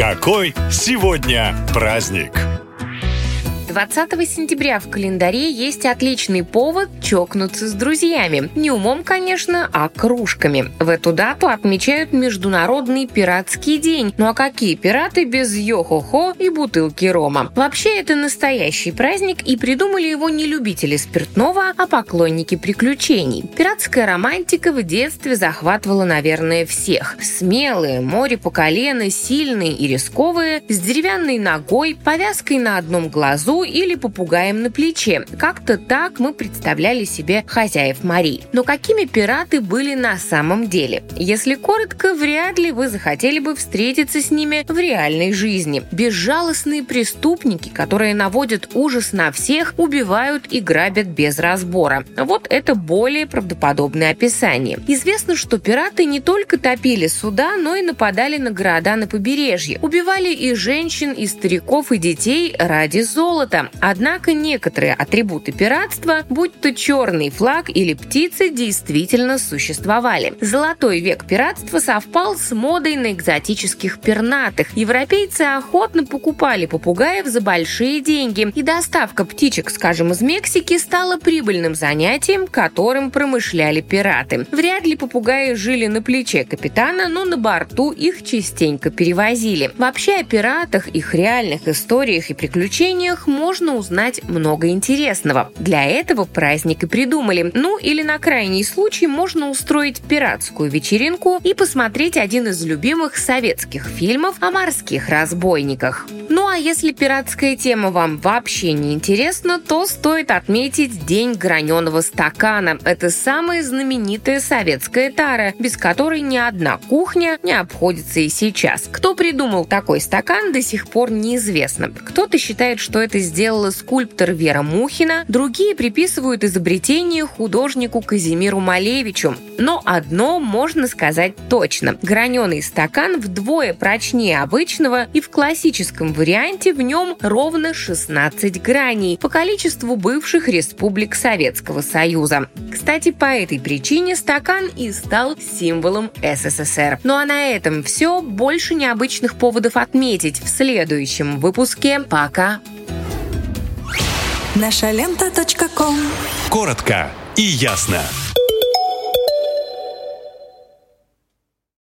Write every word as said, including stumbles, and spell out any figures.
Какой сегодня праздник? двадцатого сентября в календаре есть отличный повод чокнуться с друзьями. Не умом, конечно, а кружками. В эту дату отмечают Международный пиратский день. Ну а какие пираты без йо-хо-хо и бутылки рома? Вообще, это настоящий праздник, и придумали его не любители спиртного, а поклонники приключений. Пиратская романтика в детстве захватывала, наверное, всех. Смелые, море по колено, сильные и рисковые, с деревянной ногой, повязкой на одном глазу или попугаем на плече. Как-то так мы представляли себе хозяев морей. Но какими пираты были на самом деле? Если коротко, вряд ли вы захотели бы встретиться с ними в реальной жизни. Безжалостные преступники, которые наводят ужас на всех, убивают и грабят без разбора. Вот это более правдоподобное описание. Известно, что пираты не только топили суда, но и нападали на города на побережье. Убивали и женщин, и стариков, и детей ради золота. Однако некоторые атрибуты пиратства, будь то черный флаг или птицы, действительно существовали. Золотой век пиратства совпал с модой на экзотических пернатых. Европейцы охотно покупали попугаев за большие деньги, и доставка птичек, скажем, из Мексики, стала прибыльным занятием, которым промышляли пираты. Вряд ли попугаи жили на плече капитана, но на борту их частенько перевозили. Вообще о пиратах, их реальных историях и приключениях можно узнать много интересного. Для этого праздник и придумали. Ну или на крайний случай можно устроить пиратскую вечеринку и посмотреть один из любимых советских фильмов о морских разбойниках. Ну а если пиратская тема вам вообще не интересна, то стоит отметить День граненого стакана. Это самая знаменитая советская тара, без которой ни одна кухня не обходится и сейчас. Кто придумал такой стакан, до сих пор неизвестно. Кто-то считает, что это сделала скульптор Вера Мухина, другие приписывают изобретение художнику Казимиру Малевичу. Но одно можно сказать точно. Граненый стакан вдвое прочнее обычного, и в классическом варианте в нем ровно шестнадцать граней по количеству бывших республик Советского Союза. Кстати, по этой причине стакан и стал символом СССР. Ну а на этом все. Больше необычных поводов отметить в следующем выпуске. Пока! наша лента точка ком. Коротко и ясно.